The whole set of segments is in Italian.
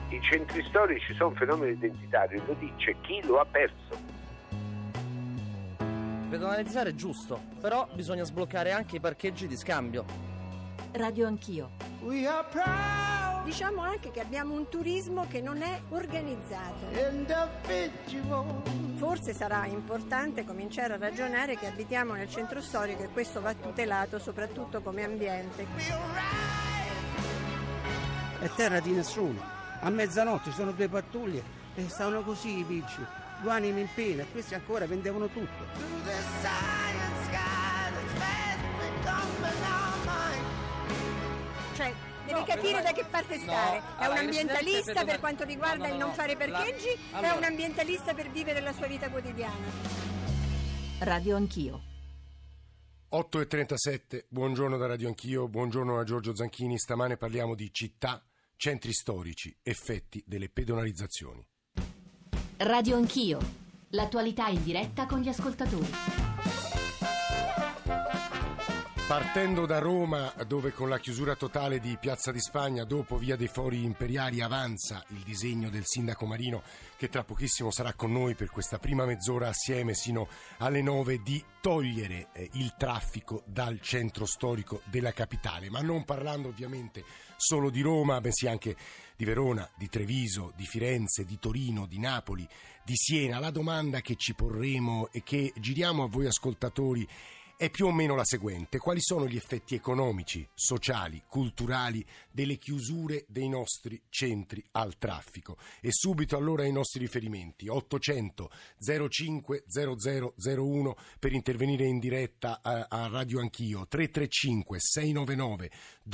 I centri storici sono fenomeni identitari, lo dice chi lo ha perso. Pedonalizzare è giusto, però bisogna sbloccare anche i parcheggi di scambio. Radio Anch'io. Diciamo anche che abbiamo un turismo che non è organizzato. Forse sarà importante cominciare a ragionare che abitiamo nel centro storico e questo va tutelato soprattutto come ambiente. È terra di nessuno. A mezzanotte ci sono 2 pattuglie e stavano così i vigili, 2 anime in pena, e questi ancora vendevano tutto. Cioè, deve capire da che parte stare. È un ambientalista per quanto riguarda il non fare parcheggi, è un ambientalista per vivere la sua vita quotidiana. Radio Anch'io. 8:37, buongiorno da Radio Anch'io, buongiorno a Giorgio Zanchini. Stamane parliamo di città, centri storici, effetti delle pedonalizzazioni. Radio Anch'io, l'attualità in diretta con gli ascoltatori. Partendo da Roma, dove con la chiusura totale di Piazza di Spagna, dopo Via dei Fori Imperiali, avanza il disegno del sindaco Marino, che tra pochissimo sarà con noi per questa prima mezz'ora assieme sino alle 9, di togliere il traffico dal centro storico della capitale, ma non parlando ovviamente solo di Roma, bensì anche di Verona, di Treviso, di Firenze, di Torino, di Napoli, di Siena. La domanda che ci porremo e che giriamo a voi ascoltatori è più o meno la seguente: quali sono gli effetti economici, sociali, culturali delle chiusure dei nostri centri al traffico? E subito allora i nostri riferimenti: 800 05 0001 per intervenire in diretta a Radio Anch'io, 335 699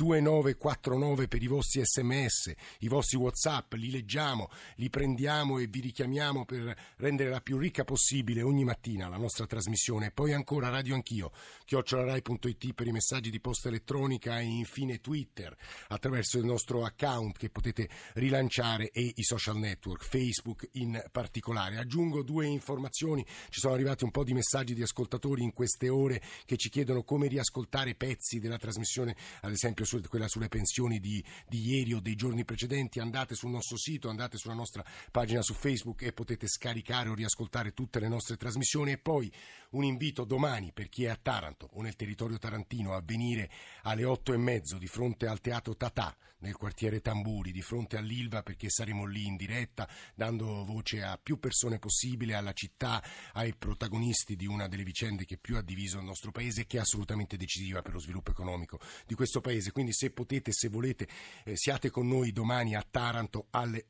2949 per i vostri sms, i vostri WhatsApp, li leggiamo, li prendiamo e vi richiamiamo per rendere la più ricca possibile ogni mattina la nostra trasmissione. E poi ancora Radio Anch'io @rai.it per i messaggi di posta elettronica e infine Twitter attraverso il nostro account che potete rilanciare e i social network, Facebook in particolare. Aggiungo 2 informazioni: ci sono arrivati un po' di messaggi di ascoltatori in queste ore che ci chiedono come riascoltare pezzi della trasmissione, ad esempio quella sulle pensioni di ieri o dei giorni precedenti. Andate sul nostro sito, andate sulla nostra pagina su Facebook e potete scaricare o riascoltare tutte le nostre trasmissioni. E poi un invito domani per chi è a Taranto o nel territorio tarantino a venire alle 8:30 di fronte al Teatro Tatà nel quartiere Tamburi, di fronte all'Ilva, perché saremo lì in diretta dando voce a più persone possibile, alla città, ai protagonisti di una delle vicende che più ha diviso il nostro paese e che è assolutamente decisiva per lo sviluppo economico di questo paese. Quindi se potete, se volete, siate con noi domani a Taranto alle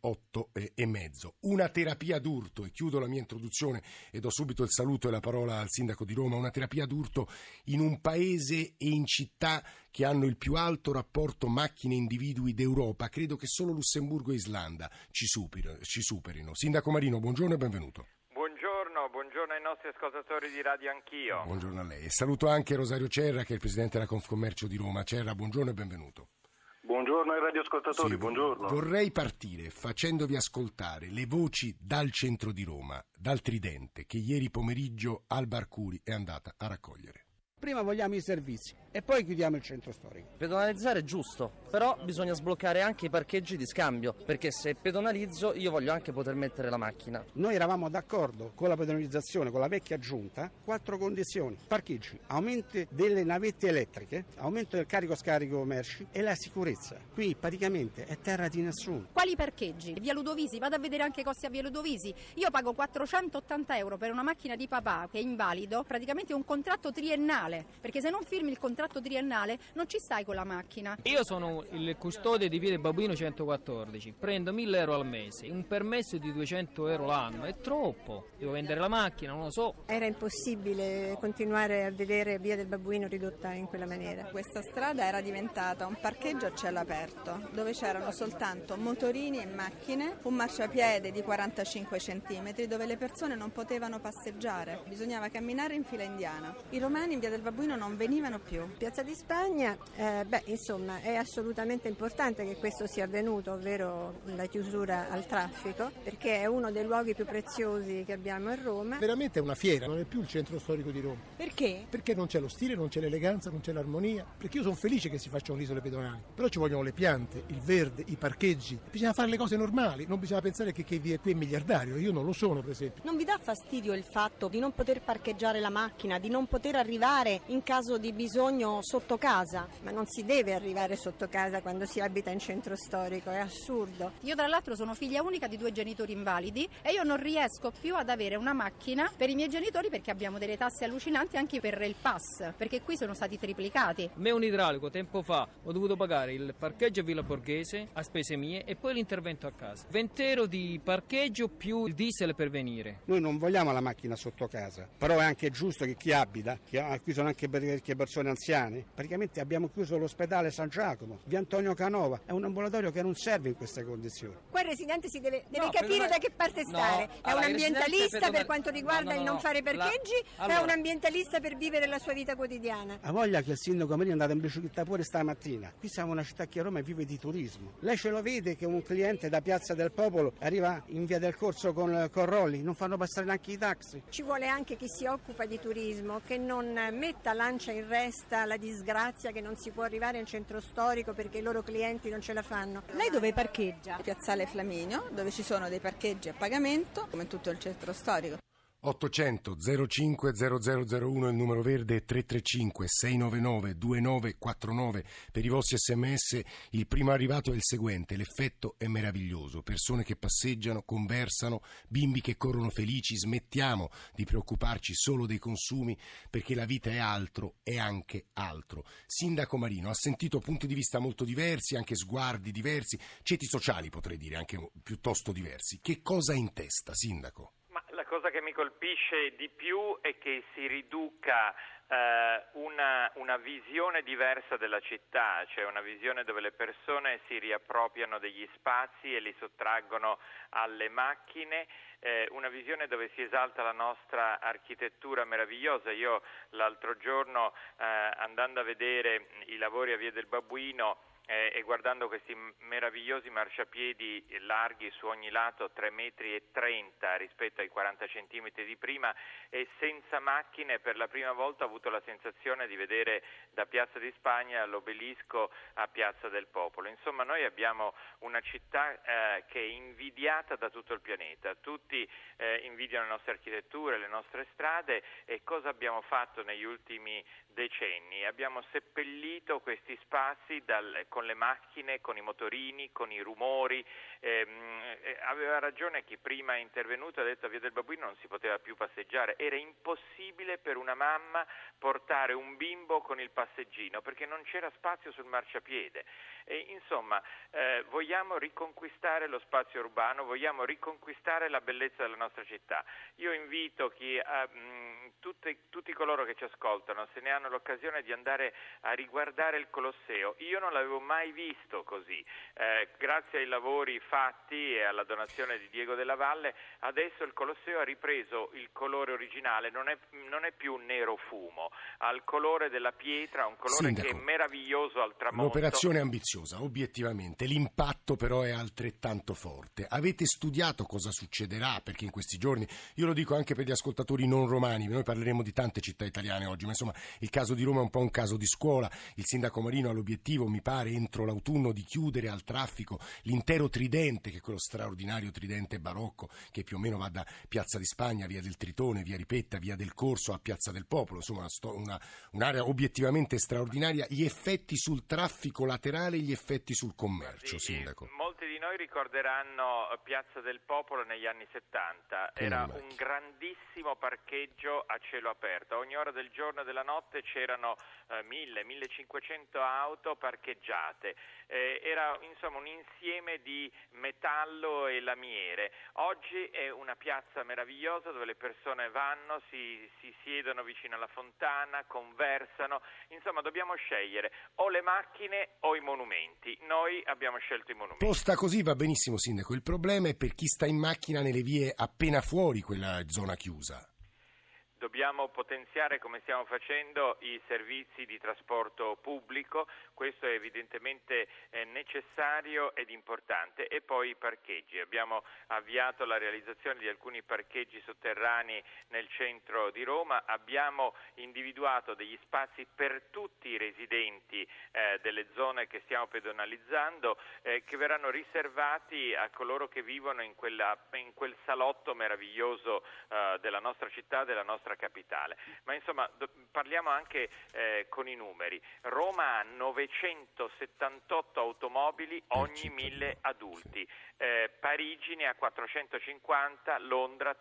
8:30. Una terapia d'urto, e chiudo la mia introduzione e do subito il saluto e la parola al sindaco di Roma, una terapia d'urto in un paese e in città che hanno il più alto rapporto macchine-individui d'Europa. Credo che solo Lussemburgo e Islanda ci superino. Sindaco Marino, buongiorno e benvenuto. Buongiorno ai nostri ascoltatori di Radio Anch'io. Buongiorno a lei. E saluto anche Rosario Cerra, che è il presidente della Confcommercio di Roma. Cerra, buongiorno e benvenuto. Buongiorno ai radioascoltatori, buongiorno. Vorrei partire facendovi ascoltare le voci dal centro di Roma, dal Tridente, che ieri pomeriggio Alba Arcuri è andata a raccogliere. Prima vogliamo i servizi e poi chiudiamo il centro storico. Pedonalizzare è giusto, però bisogna sbloccare anche i parcheggi di scambio, perché se pedonalizzo io voglio anche poter mettere la macchina. Noi eravamo d'accordo con la pedonalizzazione, con la vecchia giunta, 4 condizioni: parcheggi, aumento delle navette elettriche, aumento del carico-scarico merci e la sicurezza. Qui praticamente è terra di nessuno. Quali parcheggi? Via Ludovisi, vado a vedere anche i costi a Via Ludovisi. Io pago 480 euro per una macchina di papà che è invalido, praticamente un contratto triennale, perché se non firmi il contratto triennale non ci stai con la macchina. Io sono il custode di Via del Babuino 114, prendo 1.000 euro al mese, un permesso di 200 euro l'anno, è troppo, devo vendere la macchina, non lo so. Era impossibile continuare a vedere Via del Babuino ridotta in quella maniera. Questa strada era diventata un parcheggio a cielo aperto, dove c'erano soltanto motorini e macchine, un marciapiede di 45 centimetri dove le persone non potevano passeggiare, bisognava camminare in fila indiana. I romani in Via del del Babuino non venivano più. Piazza di Spagna, insomma, è assolutamente importante che questo sia avvenuto, ovvero la chiusura al traffico, perché è uno dei luoghi più preziosi che abbiamo a Roma. Veramente è una fiera, non è più il centro storico di Roma. Perché? Perché non c'è lo stile, non c'è l'eleganza, non c'è l'armonia. Perché io sono felice che si facciano le isole pedonali, però ci vogliono le piante, il verde, i parcheggi. Bisogna fare le cose normali, non bisogna pensare che qui è miliardario, io non lo sono, per esempio. Non vi dà fastidio il fatto di non poter parcheggiare la macchina, di non poter arrivare in caso di bisogno sotto casa? Ma non si deve arrivare sotto casa quando si abita in centro storico, è assurdo. Io tra l'altro sono figlia unica di 2 genitori invalidi e io non riesco più ad avere una macchina per i miei genitori perché abbiamo delle tasse allucinanti anche per il pass, perché qui sono stati triplicati. Me un idraulico tempo fa ho dovuto pagare il parcheggio a Villa Borghese a spese mie e poi l'intervento a casa. 20 euro di parcheggio più il diesel per venire. Noi non vogliamo la macchina sotto casa, però è anche giusto che chi abita, qui sono anche parecchie persone anziane, praticamente abbiamo chiuso l'ospedale San Giacomo, via Antonio Canova, è un ambulatorio che non serve in queste condizioni. Qua il residente si deve capire da che parte stare, è un ambientalista per quanto riguarda il non fare parcheggi, è un ambientalista per vivere la sua vita quotidiana. Ha voglia che il sindaco Marino è andato in bicicletta pure stamattina, qui siamo una città che a Roma vive di turismo, lei ce lo vede che un cliente da Piazza del Popolo arriva in via del Corso con Rolli, non fanno passare neanche i taxi. Ci vuole anche chi si occupa di turismo, che non lancia in resta la disgrazia che non si può arrivare in centro storico perché i loro clienti non ce la fanno. Lei dove parcheggia? Piazzale Flaminio, dove ci sono dei parcheggi a pagamento, come tutto il centro storico. 800 05 0001 il numero verde, 335 699 2949 per i vostri sms. Il primo arrivato è il seguente: l'effetto è meraviglioso, persone che passeggiano, conversano, bimbi che corrono felici. Smettiamo di preoccuparci solo dei consumi, perché la vita è altro, è anche altro. Sindaco Marino ha sentito punti di vista molto diversi, anche sguardi diversi, ceti sociali potrei dire anche piuttosto diversi. Che cosa ha in testa, Sindaco? La cosa che mi colpisce di più è che si riduca una visione diversa della città, cioè una visione dove le persone si riappropriano degli spazi e li sottraggono alle macchine, una visione dove si esalta la nostra architettura meravigliosa. Io l'altro giorno andando a vedere i lavori a Via del Babuino e guardando questi meravigliosi marciapiedi larghi su ogni lato 3,30 metri rispetto ai 40 centimetri di prima, e senza macchine, per la prima volta ho avuto la sensazione di vedere da Piazza di Spagna l'obelisco a Piazza del Popolo. Insomma, noi abbiamo una città che è invidiata da tutto il pianeta, tutti invidiano le nostre architetture, le nostre strade. E cosa abbiamo fatto negli ultimi decenni? Abbiamo seppellito questi spazi con le macchine, con i motorini, con i rumori. Aveva ragione chi prima è intervenuto, ha detto a Via del Babuino non si poteva più passeggiare, era impossibile per una mamma portare un bimbo con il passeggino perché non c'era spazio sul marciapiede. Insomma, vogliamo riconquistare lo spazio urbano, vogliamo riconquistare la bellezza della nostra città. Io invito tutti coloro che ci ascoltano, se ne hanno l'occasione, di andare a riguardare il Colosseo. Io non l'avevo mai visto così. Grazie ai lavori fatti e alla donazione di Diego Della Valle, adesso il Colosseo ha ripreso il colore originale, non è più nero fumo, ha il colore della pietra, un colore Sindaco, che è meraviglioso al tramonto. L'operazione è ambiziosa, obiettivamente, l'impatto però è altrettanto forte. Avete studiato cosa succederà? Perché in questi giorni, io lo dico anche per gli ascoltatori non romani, noi parleremo di tante città italiane oggi, ma insomma il caso di Roma è un po' un caso di scuola. Il sindaco Marino ha l'obiettivo, mi pare, entro l'autunno di chiudere al traffico l'intero tridente, che è quello straordinario tridente barocco che più o meno va da Piazza di Spagna, via del Tritone, via Ripetta, via del Corso a Piazza del Popolo, insomma un'area obiettivamente straordinaria. Gli effetti sul traffico laterale, gli effetti sul commercio, Sindaco. Molti di noi ricorderanno Piazza del Popolo negli anni 70, era un grandissimo parcheggio a cielo aperto, a ogni ora del giorno e della notte c'erano 1.000-1.500 auto parcheggiate, era insomma un insieme di metallo e lamiere. Oggi è una piazza meravigliosa dove le persone vanno, si siedono vicino alla fontana, conversano, insomma dobbiamo scegliere o le macchine o i monumenti. Noi abbiamo scelto i monumenti. Posta così va benissimo, Sindaco, il problema è per chi sta in macchina nelle vie appena fuori quella zona chiusa. Dobbiamo potenziare, come stiamo facendo, i servizi di trasporto pubblico, questo è evidentemente necessario ed importante, e poi i parcheggi. Abbiamo avviato la realizzazione di alcuni parcheggi sotterranei nel centro di Roma, abbiamo individuato degli spazi per tutti i residenti delle zone che stiamo pedonalizzando, che verranno riservati a coloro che vivono in quel salotto meraviglioso della nostra città, della nostra capitale. Ma insomma parliamo anche con i numeri. Roma ha 978 automobili ogni 1000 adulti, Parigi ne ha 450, Londra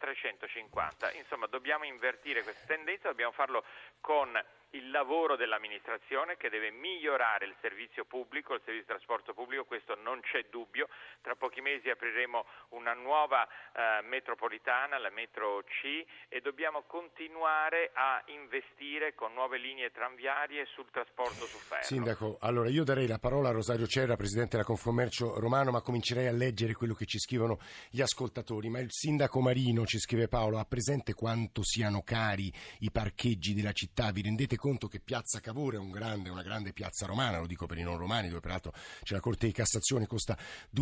350. Insomma dobbiamo invertire questa tendenza, dobbiamo farlo con il lavoro dell'amministrazione che deve migliorare il servizio pubblico, il servizio di trasporto pubblico, questo non c'è dubbio. Tra pochi mesi apriremo una nuova metropolitana, la metro C, e dobbiamo continuare a investire con nuove linee tranviarie sul trasporto su ferro. Sindaco, allora io darei la parola a Rosario Cerra, presidente della Confcommercio Romano, ma comincerei a leggere quello che ci scrivono gli ascoltatori. Ma il sindaco Marino, ci scrive Paolo, ha presente quanto siano cari i parcheggi della città? Vi rendete conto che Piazza Cavour è una grande piazza romana, lo dico per i non romani, dove peraltro c'è la Corte di Cassazione, costa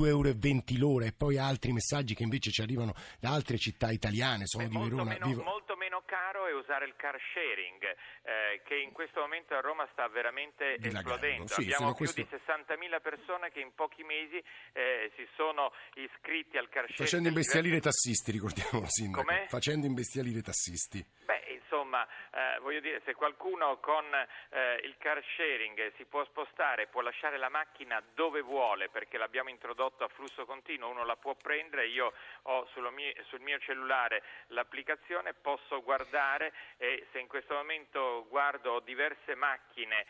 2,20 € l'ora, e poi altri messaggi che invece ci arrivano da altre città italiane, sono di Verona. Molto meno caro è usare il car sharing, che in questo momento a Roma sta veramente esplodendo. Sì, abbiamo più di 60.000 persone che in pochi mesi si sono iscritti al car sharing. Facendo imbestialire i tassisti, ricordiamolo, sindaco. Com'è? Facendo imbestialire i tassisti. Insomma, voglio dire, se qualcuno con il car sharing si può spostare, può lasciare la macchina dove vuole, perché l'abbiamo introdotto a flusso continuo, uno la può prendere, io ho sul mio cellulare l'applicazione, posso guardare, e se in questo momento ho diverse macchine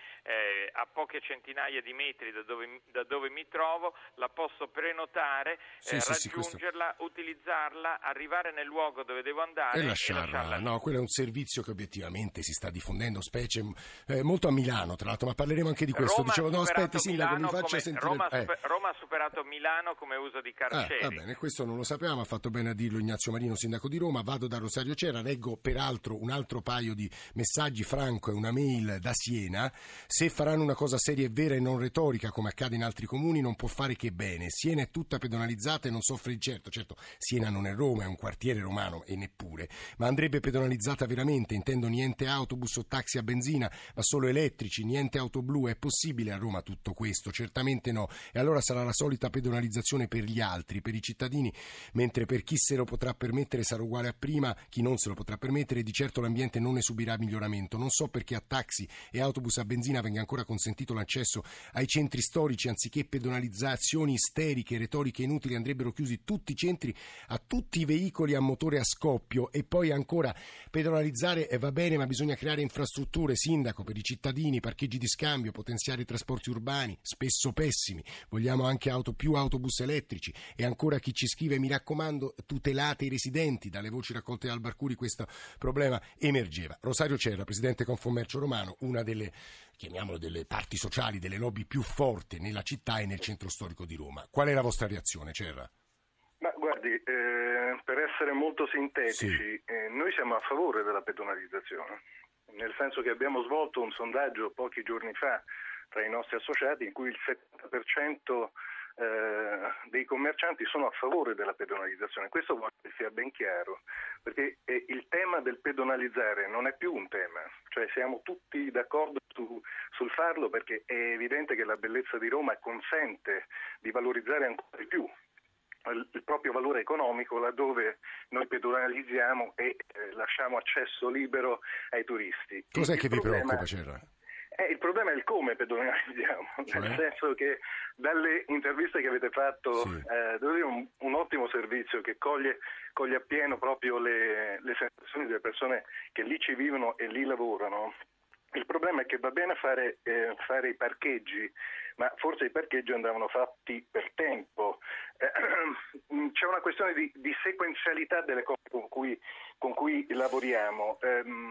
a poche centinaia di metri da dove mi trovo, la posso prenotare, raggiungerla, utilizzarla, arrivare nel luogo dove devo andare e lasciarla. No, quello è un servizio che obiettivamente si sta diffondendo, specie molto a Milano, tra l'altro, ma parleremo anche di questo. Dicevo, no, aspetti, sindaco, mi faccia sentire. Roma ha superato Milano come uso di car sharing. Va bene, questo non lo sapevamo, ha fatto bene a dirlo Ignazio Marino, sindaco di Roma. Vado da Rosario Cerra, leggo peraltro un altro paio di messaggi. Franco e una mail da Siena: se faranno una cosa seria e vera e non retorica come accade in altri comuni, non può fare che bene. Siena è tutta pedonalizzata e non soffre di certo. Siena non è Roma, è un quartiere romano, e neppure, ma andrebbe pedonalizzata veramente. Intendo niente autobus o taxi a benzina, ma solo elettrici, niente auto blu. È possibile a Roma tutto questo? Certamente no. E allora sarà la solita pedonalizzazione per gli altri, per i cittadini, mentre per chi se lo potrà permettere sarà uguale a prima, chi non se lo potrà permettere, di certo l'ambiente non ne subirà miglioramento. Non so perché a taxi e autobus a benzina venga ancora consentito l'accesso ai centri storici, anziché pedonalizzazioni isteriche, retoriche inutili. Andrebbero chiusi tutti i centri a tutti i veicoli a motore a scoppio. E poi ancora pedonalizzare va bene, ma bisogna creare infrastrutture, sindaco, per i cittadini, parcheggi di scambio, potenziare i trasporti urbani, spesso pessimi. Vogliamo anche più autobus elettrici. E ancora chi ci scrive: mi raccomando, tutelate i residenti. Dalle voci raccolte dal Barcuri questo problema emergeva. Rosario Cerra, presidente Confcommercio Romano, una delle, chiamiamolo, delle parti sociali, delle lobby più forti nella città e nel centro storico di Roma. Qual è la vostra reazione, Cerra? Ma guardi, per essere molto sintetici, noi siamo a favore della pedonalizzazione, nel senso che abbiamo svolto un sondaggio pochi giorni fa tra i nostri associati in cui il 70% dei commercianti sono a favore della pedonalizzazione. Questo voglio che sia ben chiaro, perché il tema del pedonalizzare non è più un tema, cioè siamo tutti d'accordo sul farlo, perché è evidente che la bellezza di Roma consente di valorizzare ancora di più il proprio valore economico laddove noi pedonalizziamo e lasciamo accesso libero ai turisti. Cos'è che vi preoccupa, Cerra? Il problema è il come pedonalizziamo, nel senso che dalle interviste che avete fatto devo dire un ottimo servizio che coglie appieno proprio le sensazioni delle persone che lì ci vivono e lì lavorano. Il problema è che va bene fare i parcheggi, ma forse i parcheggi andavano fatti per tempo. C'è una questione di sequenzialità delle cose con cui con cui lavoriamo.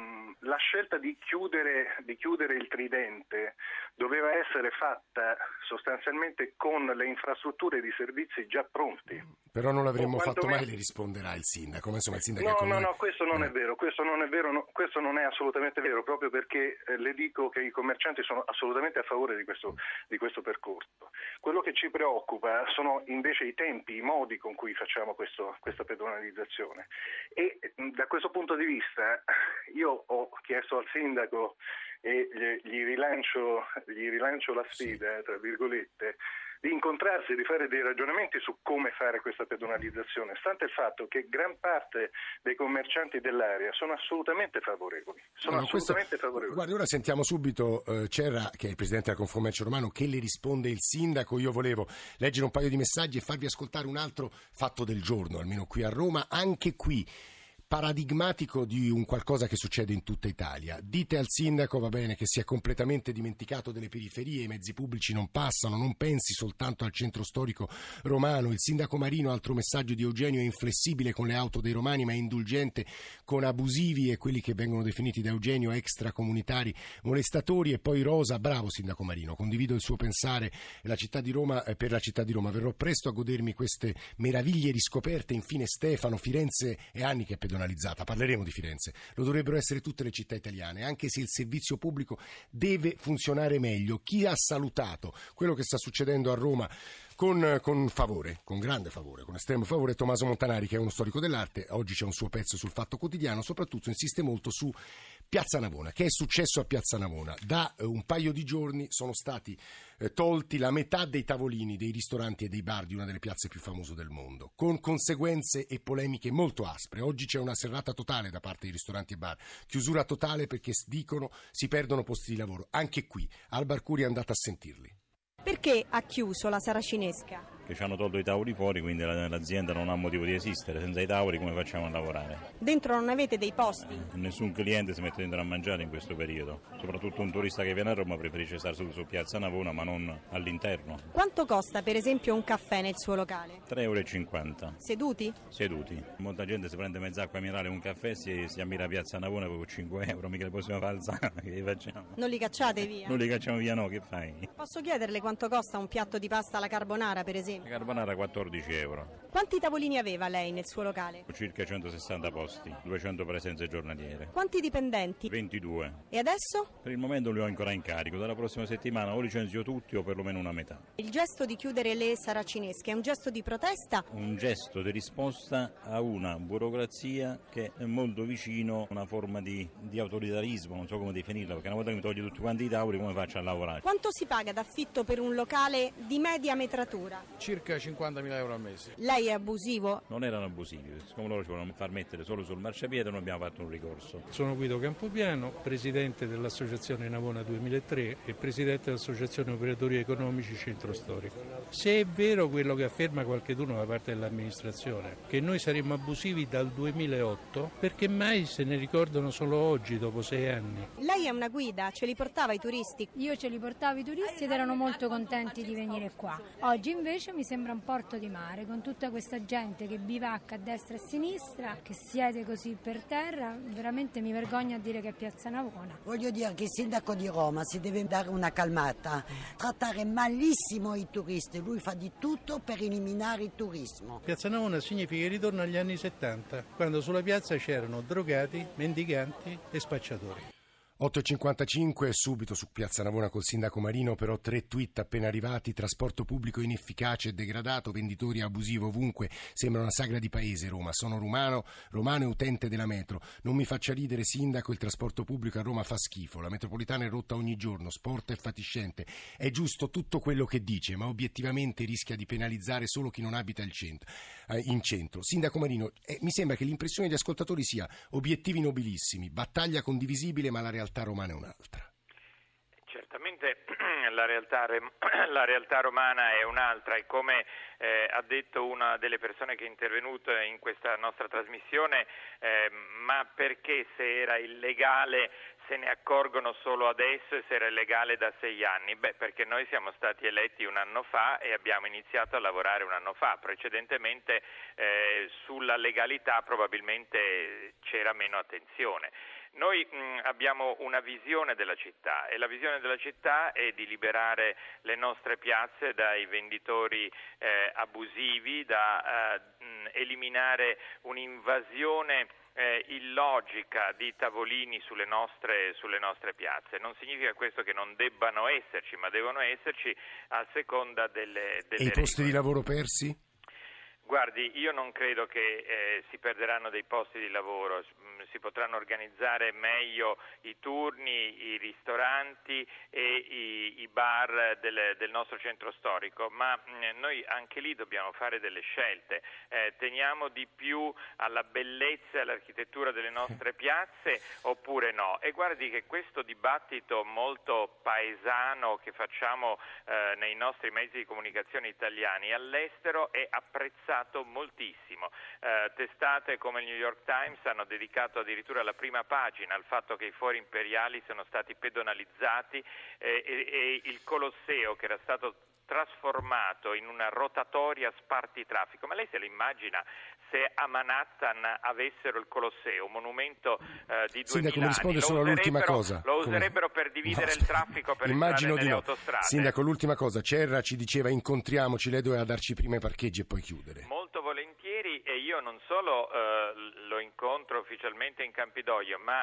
La scelta di chiudere il tridente doveva essere fatta sostanzialmente con le infrastrutture di servizi già pronti. Però non l'avremmo fatto mai, le risponderà il sindaco. Insomma, il sindaco No, questo non è vero, questo non è assolutamente vero, proprio perché le dico che i commercianti sono assolutamente a favore di questo percorso. Quello che ci preoccupa sono invece i tempi, i modi con cui facciamo questa pedonalizzazione, e da questo punto di vista io ho chiesto al sindaco e gli rilancio la sfida, tra virgolette, di incontrarsi e di fare dei ragionamenti su come fare questa pedonalizzazione, stante il fatto che gran parte dei commercianti dell'area sono assolutamente favorevoli. Guardi, ora sentiamo subito Cerra, che è il presidente della Confcommercio Romano, che le risponde il sindaco. Io volevo leggere un paio di messaggi e farvi ascoltare un altro fatto del giorno, almeno qui a Roma, anche qui paradigmatico di un qualcosa che succede in tutta Italia. Dite al sindaco, va bene, che si è completamente dimenticato delle periferie, i mezzi pubblici non passano, non pensi soltanto al centro storico romano. Il sindaco Marino, altro messaggio di Eugenio, è inflessibile con le auto dei romani ma è indulgente con abusivi e quelli che vengono definiti da Eugenio extracomunitari molestatori. E poi Rosa, bravo sindaco Marino, condivido il suo pensare per la città di Roma, verrò presto a godermi queste meraviglie riscoperte. Infine Stefano, Firenze è anni che è pedonalizzata. Parleremo di Firenze, lo dovrebbero essere tutte le città italiane, anche se il servizio pubblico deve funzionare meglio. Chi ha salutato quello che sta succedendo a Roma con favore, con grande favore, con estremo favore, Tommaso Montanari, che è uno storico dell'arte. Oggi c'è un suo pezzo sul Fatto Quotidiano, soprattutto insiste molto su Piazza Navona. Che è successo a Piazza Navona? Da un paio di giorni sono stati tolti la metà dei tavolini dei ristoranti e dei bar di una delle piazze più famose del mondo, con conseguenze e polemiche molto aspre. Oggi c'è una serrata totale da parte dei ristoranti e bar, chiusura totale perché dicono si perdono posti di lavoro. Anche qui Alba Arcuri è andata a sentirli. Perché ha chiuso la Saracinesca? Che ci hanno tolto i tavoli fuori, quindi l'azienda non ha motivo di esistere. Senza i tavoli come facciamo a lavorare? Dentro non avete dei posti? Nessun cliente si mette dentro a mangiare in questo periodo. Soprattutto un turista che viene a Roma preferisce stare su Piazza Navona ma non all'interno. Quanto costa per esempio un caffè nel suo locale? 3,50 €. Seduti? Seduti. Molta gente si prende mezz'acqua minerale e un caffè, si ammira Piazza Navona per 5 €, mica li possiamo fare alzare, che facciamo? Non li cacciate via? Non li cacciamo via, no, che fai? Posso chiederle quanto costa un piatto di pasta alla carbonara, per esempio? La carbonara 14 €. Quanti tavolini aveva lei nel suo locale? Circa 160 posti, 200 presenze giornaliere. Quanti dipendenti? 22. E adesso? Per il momento li ho ancora in carico, dalla prossima settimana o licenzio tutti o perlomeno una metà. Il gesto di chiudere le Saracinesche è un gesto di protesta? Un gesto di risposta a una burocrazia che è molto vicino a una forma di autoritarismo, non so come definirla, perché una volta che mi togli tutti quanti i tavoli come faccio a lavorare? Quanto si paga d'affitto per un locale di media metratura? Circa 50.000 € al mese. Lei è abusivo? Non erano abusivi, siccome loro ci volevano far mettere solo sul marciapiede non abbiamo fatto un ricorso. Sono Guido Campopiano, presidente dell'Associazione Navona 2003 e presidente dell'Associazione Operatori Economici Centro Storico. Se è vero quello che afferma qualcheduno da parte dell'amministrazione, che noi saremmo abusivi dal 2008, perché mai se ne ricordano solo oggi, dopo 6 anni? Lei è una guida, ce li portava i turisti? Io ce li portavo i turisti ed erano molto contenti di venire qua. Oggi invece mi sembra un porto di mare, con tutta questa gente che bivacca a destra e a sinistra, che siede così per terra. Veramente mi vergogno a dire che è Piazza Navona. Voglio dire che il sindaco di Roma si deve dare una calmata, trattare malissimo i turisti, lui fa di tutto per eliminare il turismo. Piazza Navona significa il ritorno agli anni 70, quando sulla piazza c'erano drogati, mendicanti e spacciatori. 8.55 subito su Piazza Navona col sindaco Marino, però 3 tweet appena arrivati: trasporto pubblico inefficace e degradato, venditori abusivo ovunque, sembra una sagra di paese Roma, sono romano e utente della metro, non mi faccia ridere sindaco, il trasporto pubblico a Roma fa schifo, la metropolitana è rotta ogni giorno, sport è fatiscente, è giusto tutto quello che dice, ma obiettivamente rischia di penalizzare solo chi non abita in centro. Sindaco Marino, mi sembra che l'impressione degli ascoltatori sia obiettivi nobilissimi, battaglia condivisibile, ma la realtà romana è un'altra. Certamente la realtà romana è un'altra e come ha detto una delle persone che è intervenuta in questa nostra trasmissione, ma perché se era illegale se ne accorgono solo adesso e se era legale da 6 anni? Perché noi siamo stati eletti un anno fa e abbiamo iniziato a lavorare un anno fa. Precedentemente sulla legalità probabilmente c'era meno attenzione. Noi abbiamo una visione della città e la visione della città è di liberare le nostre piazze dai venditori abusivi, da eliminare un'invasione illogica di tavolini sulle nostre piazze. Non significa questo che non debbano esserci, ma devono esserci a seconda delle E i posti di lavoro persi? Guardi, io non credo che si perderanno dei posti di lavoro, si potranno organizzare meglio i turni, i ristoranti e i bar del nostro centro storico, ma noi anche lì dobbiamo fare delle scelte. Teniamo di più alla bellezza e all'architettura delle nostre piazze oppure no? E guardi che questo dibattito molto paesano che facciamo nei nostri mezzi di comunicazione italiani all'estero è apprezzato moltissimo. Testate come il New York Times hanno dedicato addirittura la prima pagina al fatto che i fori imperiali sono stati pedonalizzati e il Colosseo, che era stato trasformato in una rotatoria spartitraffico. Ma lei se lo immagina se a Manhattan avessero il Colosseo, un monumento di 2000 Sindaco, mi risponde solo all'ultima cosa. Lo userebbero per dividere il traffico per immagino entrare nelle di no. autostrade. Sindaco, l'ultima cosa. Cerra ci diceva incontriamoci, lei doveva darci prima i parcheggi e poi chiudere. Molto volentieri, e io non solo lo incontro ufficialmente in Campidoglio, ma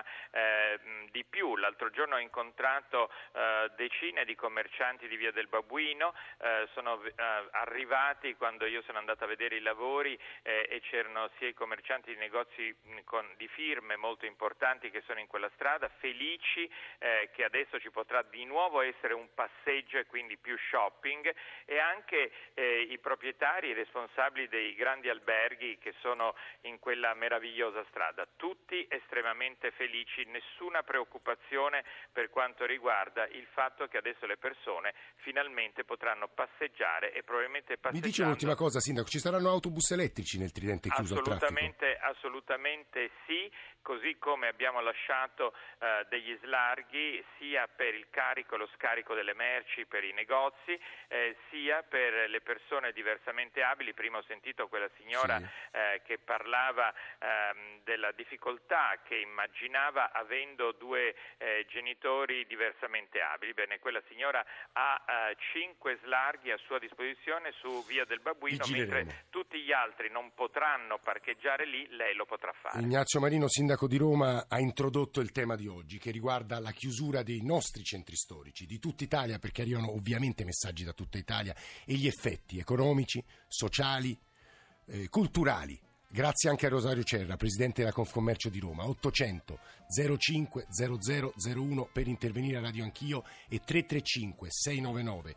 di più. L'altro giorno ho incontrato decine di commercianti di Via del Babuino, sono arrivati quando io sono andato a vedere i lavori e c'erano sia i commercianti di negozi di firme molto importanti che sono in quella strada, felici che adesso ci potrà di nuovo essere un passeggio e quindi più shopping, e anche i proprietari e responsabili dei grandi alberghi che sono in quella meravigliosa strada, tutti estremamente felici, nessuna preoccupazione per quanto riguarda il fatto che adesso le persone finalmente potranno passeggiare e probabilmente passeggiando. Mi dice un'ultima cosa, Sindaco, ci saranno autobus elettrici nel Tridente chiuso al traffico? Assolutamente sì, così come abbiamo lasciato degli slarghi sia per il carico e lo scarico delle merci per i negozi, sia per le persone diversamente abili. Prima ho sentito quella signora che parlava della difficoltà che immaginava avendo due genitori diversamente abili. Bene, quella signora ha 5 slarghi a sua disposizione su Via del Babuino, mentre tutti gli altri non potranno parcheggiare lì, lei lo potrà fare. Ignazio Marino, sindaco di Roma, ha introdotto il tema di oggi che riguarda la chiusura dei nostri centri storici, di tutta Italia, perché arrivano ovviamente messaggi da tutta Italia, e gli effetti economici, sociali, culturali. Grazie anche a Rosario Cerra, presidente della Confcommercio di Roma. 800 05 0001 per intervenire a Radio Anch'io e 335 699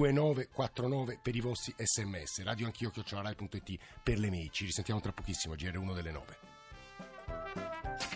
2949 per i vostri sms. radioanchio@rai.it per le mail. Ci risentiamo tra pochissimo, GR1 delle 9.